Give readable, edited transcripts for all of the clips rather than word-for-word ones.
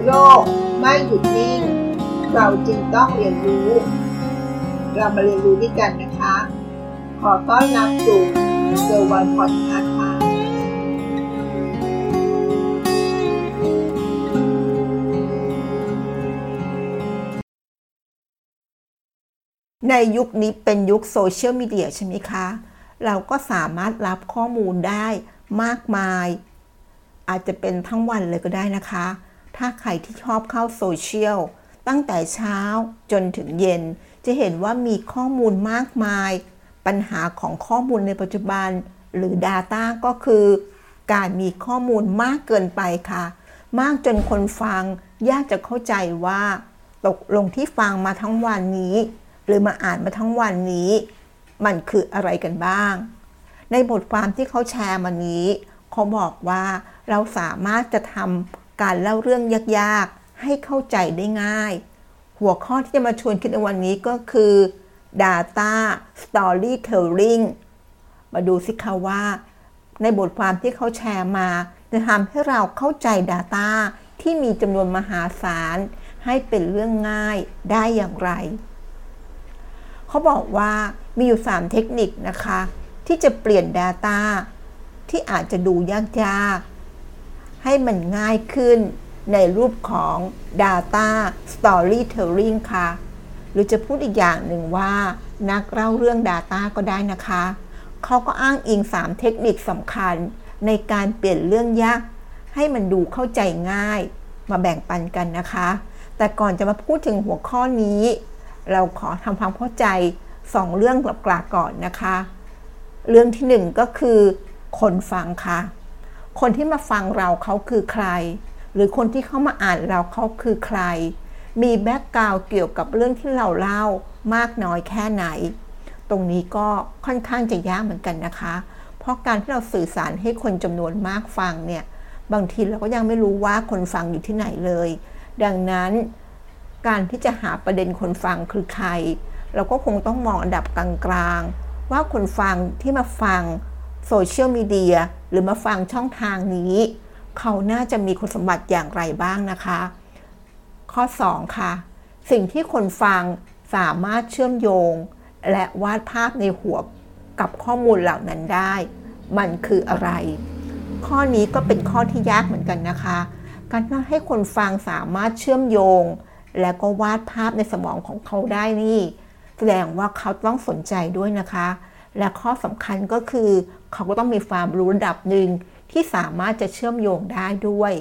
โลกไม่หยุดนิ่งเราจึงต้องเรียนรู้เรามาเรียนรู้ด้วยกันนะคะขอต้อนรับสู่เซอร์วันพอดคาสต์ค่ะในยุคนี้เป็นยุคโซเชียลมีเดียใช่ไหมคะเราก็สามารถรับข้อมูลได้มากมายอาจจะเป็นทั้งวันเลยก็ได้นะคะถ้าใครที่ชอบเข้าโซเชียลตั้งแต่เช้าจนถึงเย็นจะเห็นว่ามีข้อมูลมากมายปัญหาของข้อมูลในปัจจุบันหรือ Data ก็คือการมีข้อมูลมากเกินไปค่ะมากจนคนฟังยากจะเข้าใจว่าตกลงที่ฟังมาทั้งวันนี้หรือมาอ่านมาทั้งวันนี้มันคืออะไรกันบ้างในบทความที่เขาแชร์มานี้เขาบอกว่าเราสามารถจะทำการเล่าเรื่องยากๆให้เข้าใจได้ง่ายหัวข้อที่จะมาชวนคิดในวันนี้ก็คือ Data Storytelling มาดูสิคะว่าในบทความที่เขาแชร์มาจะทำให้เราเข้าใจ Data ที่มีจำนวนมหาศาลให้เป็นเรื่องง่ายได้อย่างไรเขาบอกว่ามีอยู่3เทคนิคนะคะที่จะเปลี่ยน Data ที่อาจจะดูยากๆให้มันง่ายขึ้นในรูปของ Data Storytelling ค่ะหรือจะพูดอีกอย่างหนึ่งว่านักเล่าเรื่อง Data ก็ได้นะคะเขาก็อ้างอิง3เทคนิคสำคัญในการเปลี่ยนเรื่องยากให้มันดูเข้าใจง่ายมาแบ่งปันกันนะคะแต่ก่อนจะมาพูดถึงหัวข้อนี้เราขอทำความเข้าใจ2เรื่องหลักๆก่อนนะคะเรื่องที่1ก็คือคนฟังค่ะคนที่มาฟังเราเขาคือใครหรือคนที่เข้ามาอ่านเราเขาคือใครมีแบ็คกราวด์เกี่ยวกับเรื่องที่เราเล่ามากน้อยแค่ไหนตรงนี้ก็ค่อนข้างจะยากเหมือนกันนะคะเพราะการที่เราสื่อสารให้คนจำนวนมากฟังเนี่ยบางทีเราก็ยังไม่รู้ว่าคนฟังอยู่ที่ไหนเลยดังนั้นการที่จะหาประเด็นคนฟังคือใครเราก็คงต้องมองอันดับกลางๆว่าคนฟังที่มาฟังโซเชียลมีเดียหรือมาฟังช่องทางนี้เขาน่าจะมีคุณสมบัติอย่างไรบ้างนะคะข้อ2ค่ะสิ่งที่คนฟังสามารถเชื่อมโยงและวาดภาพในหัวกับข้อมูลเหล่านั้นได้มันคืออะไรข้อนี้ก็เป็นข้อที่ยากเหมือนกันนะคะการให้คนฟังสามารถเชื่อมโยงและก็วาดภาพในสมองของเขาได้นี่แสดงว่าเขาต้องสนใจด้วยนะคะและข้อสำคัญก็คือเขาก็ต้องมีความรู้ระดับหนึ่งที่สามารถจะเชื่อมโยงได้ด้วย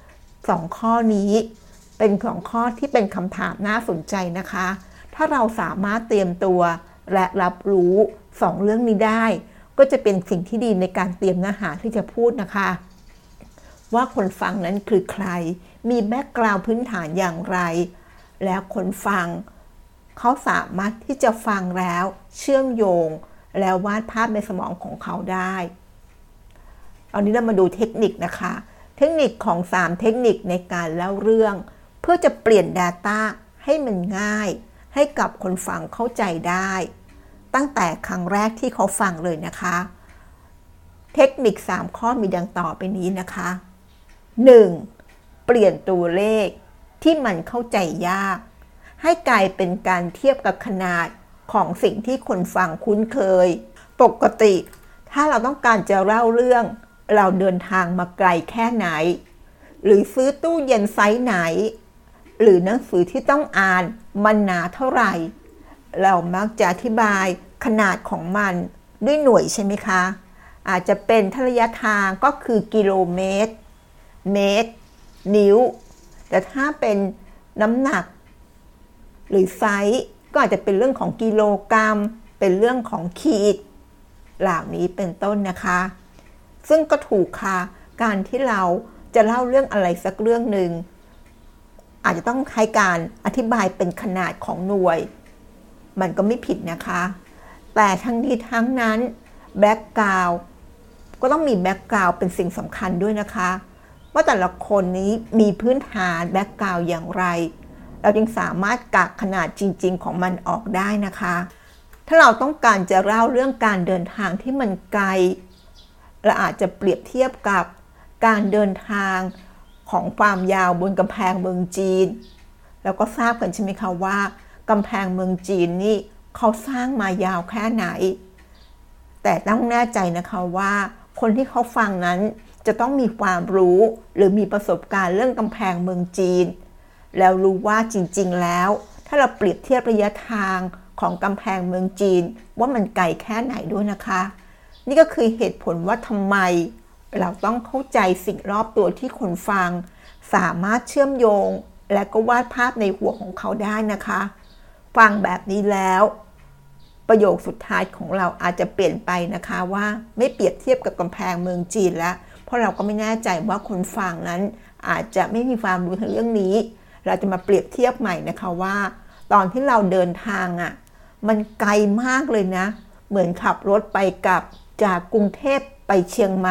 2ข้อนี้เป็น2ข้อที่เป็นคำถามน่าสนใจนะคะถ้าเราสามารถเตรียมตัวและรับรู้2เรื่องนี้ได้ก็จะเป็นสิ่งที่ดีในการเตรียมเนื้อหาที่จะพูดนะคะว่าคนฟังนั้นคือใครมีแบ็คกราวด์พื้นฐานอย่างไรแล้วคนฟังเขาสามารถที่จะฟังแล้วเชื่อมโยงแล้ววาดภาพในสมองของเขาได้ตอนนี้เรามาดูเทคนิคนะคะเทคนิคของ3เทคนิคในการเล่าเรื่องเพื่อจะเปลี่ยน Data ให้มันง่ายให้กับคนฟังเข้าใจได้ตั้งแต่ครั้งแรกที่เขาฟังเลยนะคะเทคนิค3ข้อมีดังต่อไปนี้นะคะ 1. เปลี่ยนตัวเลขที่มันเข้าใจยากให้กลายเป็นการเทียบกับขนาดของสิ่งที่คนฟังคุ้นเคยปกติถ้าเราต้องการจะเล่าเรื่องเราเดินทางมาไกลแค่ไหนหรือซื้อตู้เย็นไซส์ไหนหรือหนังสือที่ต้องอ่านมันหนาเท่าไหร่เรามักจะอธิบายขนาดของมันด้วยหน่วยใช่ไหมคะอาจจะเป็นระยะทางก็คือกิโลเมตรเมตรนิ้วแต่ถ้าเป็นน้ำหนักหรือไซส์ก็อาจจะเป็นเรื่องของกิโลกรัมเป็นเรื่องของขีดเหล่านี้เป็นต้นนะคะซึ่งก็ถูกค่ะการที่เราจะเล่าเรื่องอะไรสักเรื่องหนึ่งอาจจะต้องใช้การอธิบายเป็นขนาดของหน่วยมันก็ไม่ผิดนะคะแต่ทั้งนี้ทั้งนั้นแบ็คกราวด์ก็ต้องมีแบ็คกราวด์เป็นสิ่งสำคัญด้วยนะคะว่าแต่ละคนนี้มีพื้นฐานแบ็คกราวด์อย่างไรเราจึงสามารถกะขนาดจริงๆของมันออกได้นะคะถ้าเราต้องการจะเล่าเรื่องการเดินทางที่มันไกลเราอาจจะเปรียบเทียบกับการเดินทางขของความยาวบนกำแพงเมืองจีนแล้วก็ทราบกันใช่ไหมคะว่ากำแพงเมืองจีนนี่เขาสร้างมายาวแค่ไหนแต่ต้องแน่ใจนะคะว่าคนที่เขาฟังนั้นจะต้องมีความรู้หรือมีประสบการณ์เรื่องกำแพงเมืองจีนแล้วรู้ว่าจริงๆแล้วถ้าเราเปรียบเทียบระยะทางของกำแพงเมืองจีนว่ามันไกลแค่ไหนด้วยนะคะนี่ก็คือเหตุผลว่าทำไมเราต้องเข้าใจสิ่งรอบตัวที่คนฟังสามารถเชื่อมโยงและก็วาดภาพในหัวของเขาได้นะคะฟังแบบนี้แล้วประโยคสุดท้ายของเราอาจจะเปลี่ยนไปนะคะว่าไม่เปรียบเทียบกับกำแพงเมืองจีนแล้วเพราะเราก็ไม่แน่ใจว่าคนฟังนั้นอาจจะไม่มีความรู้ในเรื่องนี้เราจะมาเปรียบเทียบใหม่นะคะว่าตอนที่เราเดินทางมันไกลมากเลยนะเหมือนขับรถไปกับจากกรุงเทพไปเชียงใหม่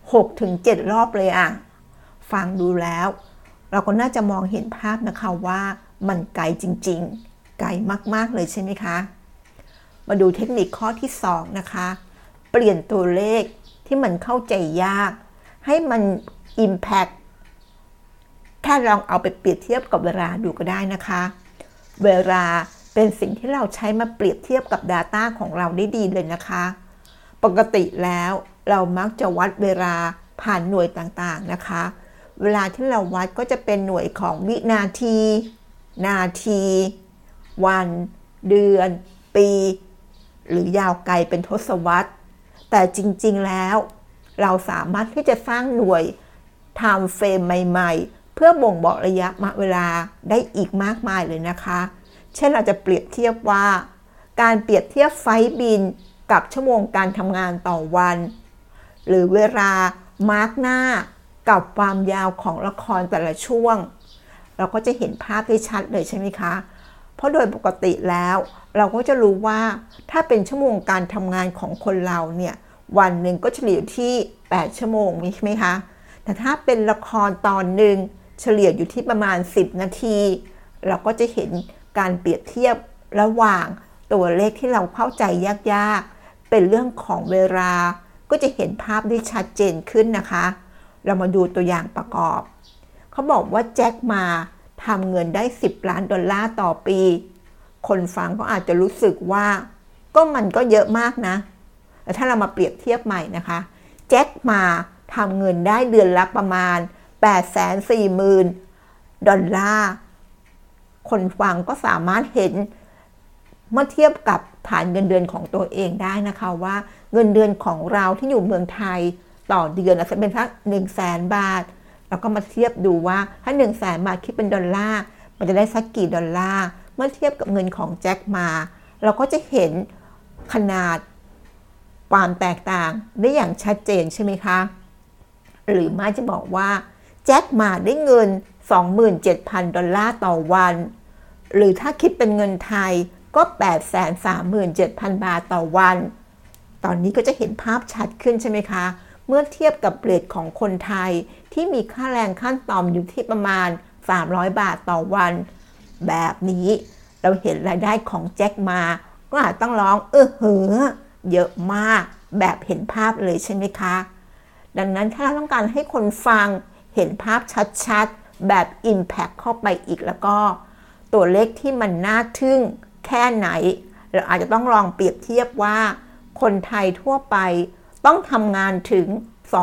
6-7 รอบเลยฟังดูแล้วเราก็น่าจะมองเห็นภาพนะคะว่ามันไกลจริงๆไกลมากๆเลยใช่ไหมคะมาดูเทคนิคข้อที่2นะคะเปลี่ยนตัวเลขที่มันเข้าใจยากให้มัน impact แค่ลองเอาไปเปรียบเทียบกับเวลาดูก็ได้นะคะเวลาเป็นสิ่งที่เราใช้มาเปรียบเทียบกับ Data ของเราได้ดีเลยนะคะปกติแล้วเรามักจะวัดเวลาผ่านหน่วยต่างๆนะคะเวลาที่เราวัดก็จะเป็นหน่วยของวินาทีนาทีวันเดือนปีหรือยาวไกลเป็นทศวรรษแต่จริงๆแล้วเราสามารถที่จะสร้างหน่วย time frame ใหม่ๆเพื่อบ่งบอกระยะเวลาได้อีกมากมายเลยนะคะเช่นเราจะเปรียบเทียบว่าการเปรียบเทียบไฟล์บินกับชั่วโมงการทำงานต่อวันหรือเวลามาร์กหน้ากับความยาวของละครแต่ละช่วงเราก็จะเห็นภาพได้ชัดเลยใช่ไหมคะเพราะโดยปกติแล้วเราก็จะรู้ว่าถ้าเป็นชั่วโมงการทำงานของคนเราเนี่ยวันหนึ่งก็เฉลี่ยที่8ชั่วโมงใช่ไหมคะแต่ถ้าเป็นละครตอนหนึ่งเฉลี่ยอยู่ที่ประมาณ10นาทีเราก็จะเห็นการเปรียบเทียบระหว่างตัวเลขที่เราเข้าใจยากๆเป็นเรื่องของเวลาก็จะเห็นภาพได้ชัดเจนขึ้นนะคะเรามาดูตัวอย่างประกอบเขาบอกว่าแจ็คมาทำเงินได้$10 ล้านต่อปีคนฟังก็อาจจะรู้สึกว่ามันก็เยอะมากนะแต่ถ้าเรามาเปรียบเทียบใหม่นะคะแจ็คมาทำเงินได้เดือนละประมาณ$840,000คนฟังก็สามารถเห็นเมื่อเทียบกับฐานเงินเดือนของตัวเองได้นะคะว่าเงินเดือนของเราที่อยู่เมืองไทยต่อเดือนอาจจะเป็นสัก100,000 บาทแล้วก็มาเทียบดูว่าถ้า100,000 บาทคิดเป็นดอลลาร์มันจะได้สักกี่ดอลลาร์เมื่อเทียบกับเงินของแจ็คมาเราก็จะเห็นขนาดความแตกต่างได้อย่างชัดเจนใช่ไหมคะหรือไม่จะบอกว่าแจ็คมาได้เงิน$27,000 ต่อวันหรือถ้าคิดเป็นเงินไทยก็837,000 บาทต่อวันตอนนี้ก็จะเห็นภาพชัดขึ้นใช่ไหมคะเมื่อเทียบกับเรทของคนไทยที่มีค่าแรงขั้นต่ำอยู่ที่ประมาณ300 บาทต่อวันแบบนี้เราเห็นรายได้ของแจ็คมาก็อาจต้องร้องเยอะมากแบบเห็นภาพเลยใช่ไหมคะดังนั้นถ้าเราต้องการให้คนฟังเห็นภาพชัดๆแบบ Impact เข้าไปอีกแล้วก็ตัวเลขที่มันน่าทึ่งแค่ไหนเราอาจจะต้องลองเปรียบเทียบว่าคนไทยทั่วไปต้องทำงานถึง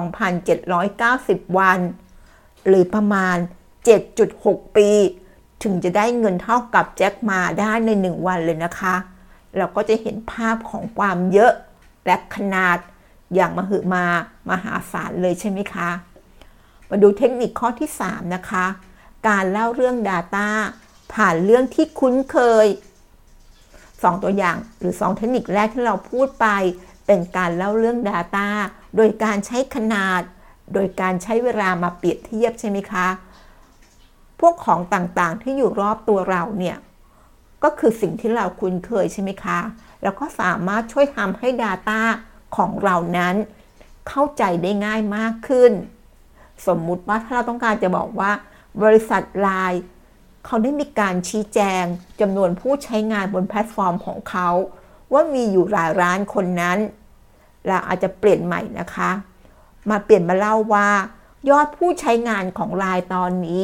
2,790 วันหรือประมาณ 7.6 ปีถึงจะได้เงินเท่ากับแจ็คมาได้ใน1วันเลยนะคะเราก็จะเห็นภาพของความเยอะและขนาดอย่างมหาศาลเลยใช่ไหมคะมาดูเทคนิคข้อที่3นะคะการเล่าเรื่อง Data ผ่านเรื่องที่คุ้นเคย2ตัวอย่างหรือ2เทคนิคแรกที่เราพูดไปเป็นการเล่าเรื่อง Data โดยการใช้ขนาดโดยการใช้เวลามาเปรียบเทียบใช่ไหมคะพวกของต่างๆที่อยู่รอบตัวเราเนี่ยก็คือสิ่งที่เราคุ้นเคยใช่ไหมคะแล้วก็สามารถช่วยทำให้ Data ของเรานั้นเข้าใจได้ง่ายมากขึ้นสมมุติว่าถ้าเราต้องการจะบอกว่าบริษัท LINE เขาได้มีการชี้แจงจำนวนผู้ใช้งานบนแพลตฟอร์มของเขาว่ามีอยู่หลายล้านคนนั้นเราอาจจะเปลี่ยนใหม่นะคะมาเปลี่ยนมาเล่าว่ายอดผู้ใช้งานของ LINE ตอนนี้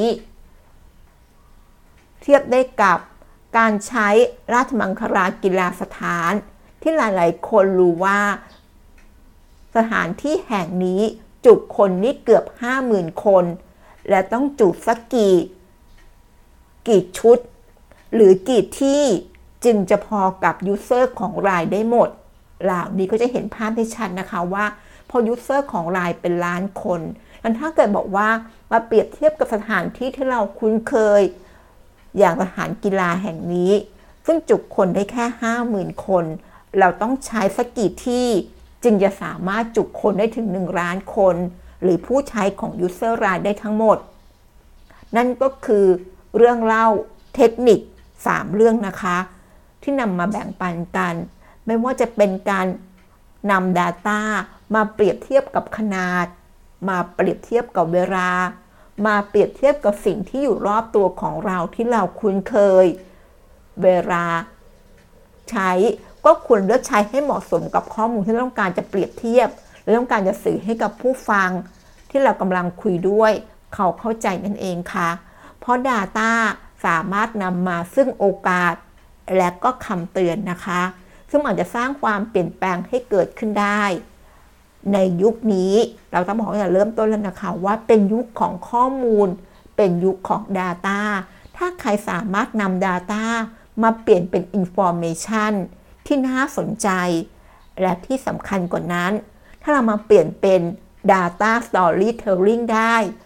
เทียบได้กับการใช้ราชมังคลากีฬาสถานที่หลายๆคนรู้ว่าสถานที่แห่งนี้จุคนนี่เกือบ 50,000 คนและต้องจุสักกี่ชุดหรือกี่ที่จึงจะพอกับยูเซอร์ของ LINE ได้หมดเหล่านี้ก็จะเห็นภาพได้ชัดนะคะว่าพอยูเซอร์ของ LINE เป็นล้านคนแล้วถ้าเกิดบอกว่ามาเปรียบเทียบกับสถานที่ที่เราคุ้นเคยอย่างสถานกีฬาแห่งนี้ซึ่งจุคนได้แค่ 50,000 คนเราต้องใช้สักกี่ที่จึงจะสามารถจุคนได้ถึง1 ล้านคนหรือผู้ใช้ของ User LINE ได้ทั้งหมดนั่นก็คือเรื่องเล่าเทคนิค3เรื่องนะคะที่นำมาแบ่งปันกันไม่ว่าจะเป็นการนำ Data มาเปรียบเทียบกับขนาดมาเปรียบเทียบกับเวลามาเปรียบเทียบกับสิ่งที่อยู่รอบตัวของเราที่เราคุ้นเคยเวลาใช้ก็ควรเลือกใช้ให้เหมาะสมกับข้อมูลที่เราต้องการจะเปรียบเทียบและต้องการจะสื่อให้กับผู้ฟังที่เรากำลังคุยด้วยเขาเข้าใจนั่นเองค่ะเพราะ Data สามารถนำมาซึ่งโอกาสและก็คำเตือนนะคะซึ่งอาจจะสร้างความเปลี่ยนแปลงให้เกิดขึ้นได้ในยุคนี้เราต้องบอกตั้งแต่เริ่มต้นแล้วนะคะว่าเป็นยุคของข้อมูลเป็นยุคของ Data ถ้าใครสามารถนำ Data มาเปลี่ยนเป็น Information ที่น่าสนใจและที่สำคัญกว่านั้นถ้าเรามาเปลี่ยนเป็น Data Storytelling ได้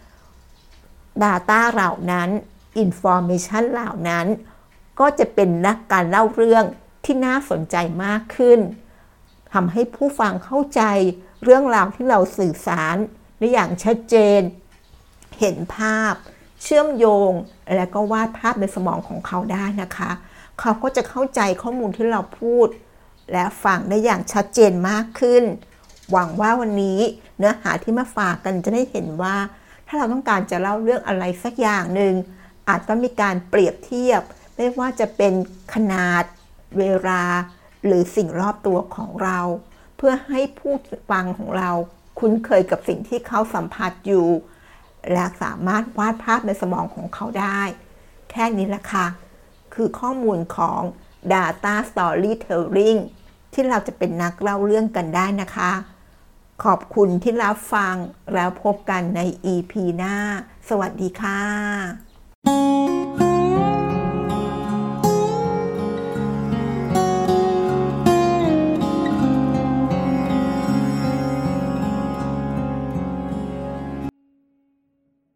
Data เหล่านั้น Information เหล่านั้นก็จะเป็นนักการเล่าเรื่องที่น่าสนใจมากขึ้นทำให้ผู้ฟังเข้าใจเรื่องราวที่เราสื่อสารได้อย่างชัดเจนเห็นภาพเชื่อมโยงและก็วาดภาพในสมองของเขาได้นะคะเขาก็จะเข้าใจข้อมูลที่เราพูดและฟังได้อย่างชัดเจนมากขึ้นหวังว่าวันนี้เนื้อหาที่มาฝากกันจะได้เห็นว่าถ้าเราต้องการจะเล่าเรื่องอะไรสักอย่างหนึ่งอาจต้องมีการเปรียบเทียบไม่ว่าจะเป็นขนาดเวลาหรือสิ่งรอบตัวของเราเพื่อให้ผู้ฟังของเราคุ้นเคยกับสิ่งที่เขาสัมผัสอยู่และสามารถวาดภาพในสมองของเขาได้แค่นี้แหละค่ะคือข้อมูลของ Data Storytelling ที่เราจะเป็นนักเล่าเรื่องกันได้นะคะขอบคุณที่รับฟังแล้วพบกันใน EP หน้าสวัสดีค่ะ